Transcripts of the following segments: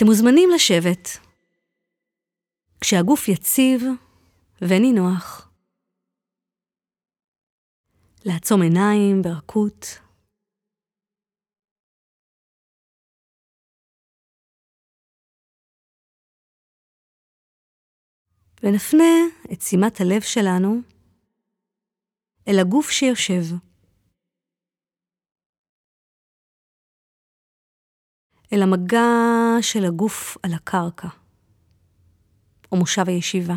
אתם מוזמנים לשבת. כשהגוף יציב ונינוח. לעצום עיניים ברכות. ונפנה את שימת הלב שלנו אל הגוף שיושב. אל המגע של הגוף על הקרקע, או מושב הישיבה.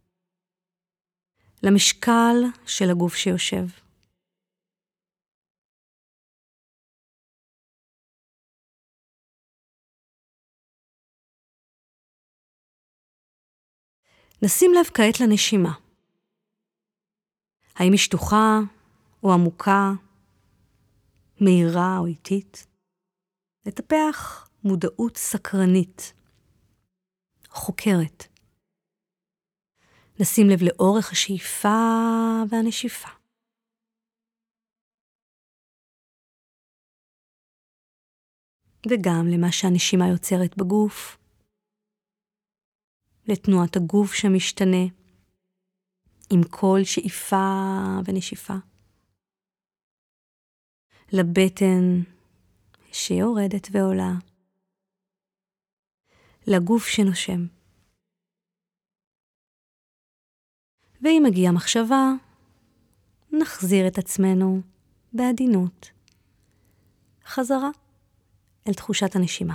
למשקל של הגוף שיושב. נשים לב כעת לנשימה. האם היא שטוחה או עמוקה, מהירה או איטית? לטפח מודעות סקרנית, חוקרת. נשים לב לאורך השאיפה והנשיפה. וגם למה שהנשימה יוצרת בגוף. לתנועת הגוף שמשתנה, עם כל שאיפה ונשיפה. לבטן שיורדת ועולה. לגוף שנושם. ואם מגיעה מחשבה, נחזיר את עצמנו בעדינות. חזרה אל תחושת הנשימה.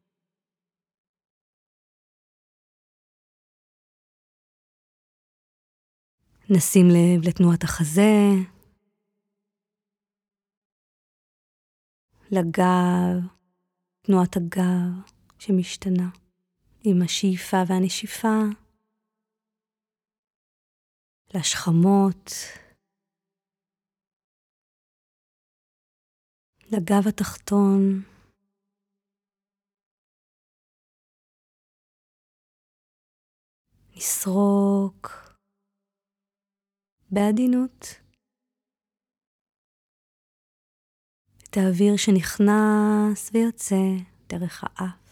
נשים לב לתנועת החזה, לגב, תנועת הגב שמשתנה עם השאיפה והנשיפה, להשכמות, לגב התחתון, נסרוק בעדינות את האוויר שנכנס ויוצא דרך האף.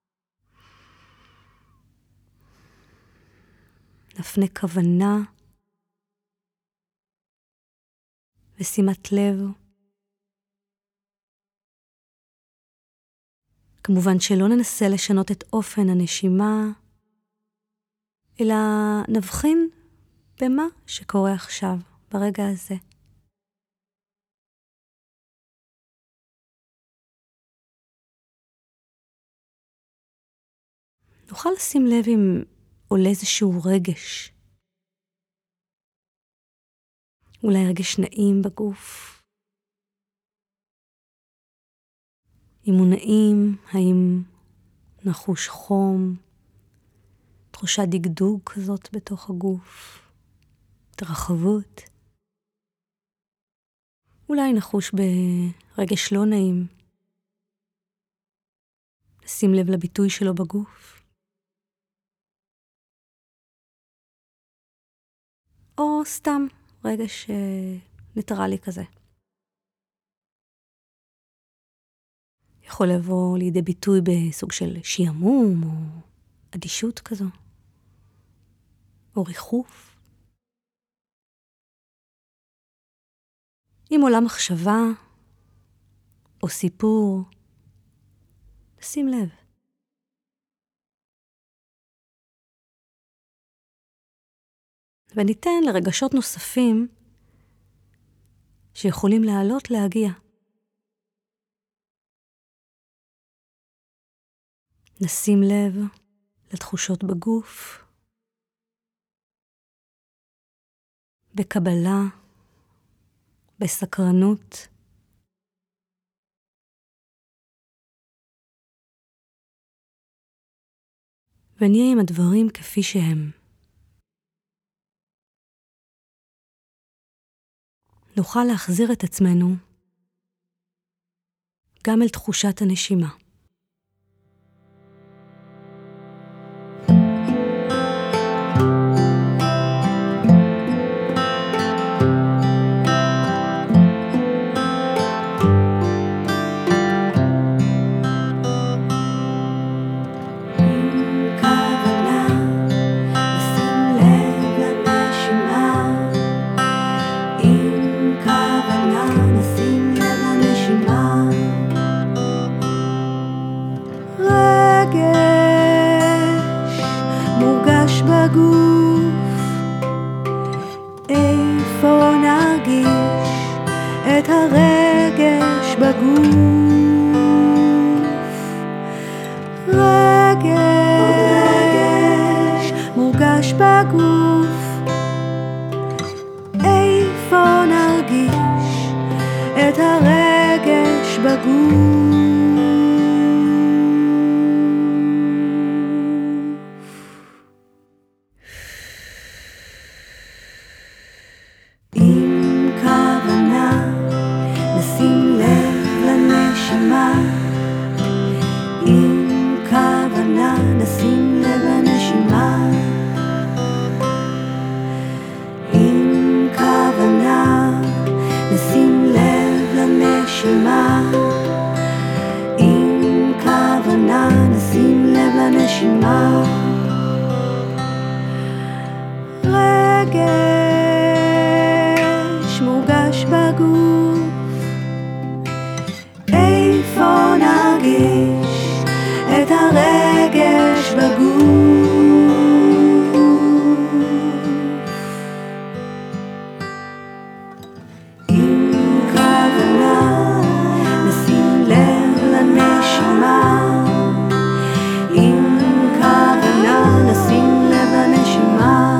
נפנה כוונה ושימת לב. כמובן שלא ננסה לשנות את אופן הנשימה, אלא נבחין במה שקורה עכשיו, ברגע הזה. נוכל לשים לב אם עולה איזשהו רגש. אולי רגש נעים בגוף. אם הוא נעים, האם נחוש חום, תחושת דגדוג כזאת בתוך הגוף, התרחבות. אולי נחוש ברגש לא נעים. לשים לב לביטוי שלו בגוף. או סתם רגש ניטרלי כזה. יכול לבוא לידי ביטוי בסוג של שיעמום או אדישות כזו. או ריחוף. אם עולה מחשבה או סיפור, שים לב. וניתן לרגשות נוספים שיכולים לעלות להגיע. נשים לב לתחושות בגוף, בקבלה, בסקרנות. ונהיה עם הדברים כפי שהם. נוכל להחזיר את עצמנו גם אל תחושת הנשימה. בגוף, רגש מורגש בגוף, איפה נרגיש את הרגש בגוף. עם כוונה נשים לב לנשימה, עם כוונה נשים לב לנשימה, עם כוונה נשים לב לנשימה, עם כוונה נשים לב לנשימה. רגש מורגש בגוף, איפה נרגיש את הרגש בגוף. עם כוונה נשים לב לנשימה, עם כוונה נשים לב לנשימה,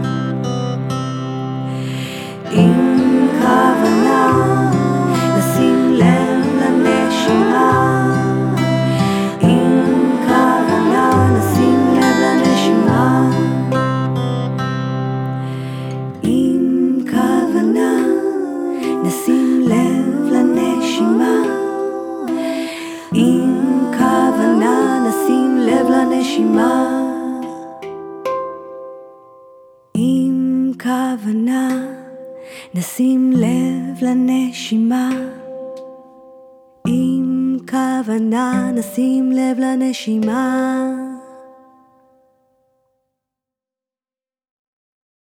עם כוונה נשים לב לנשימה, עם כוונה נשים לב לנשימה, עם כוונה נשים לב לנשימה, עם כוונה נשים לב לנשימה, עם כוונה נשים לב לנשימה, עם כוונה נשים לב לנשימה.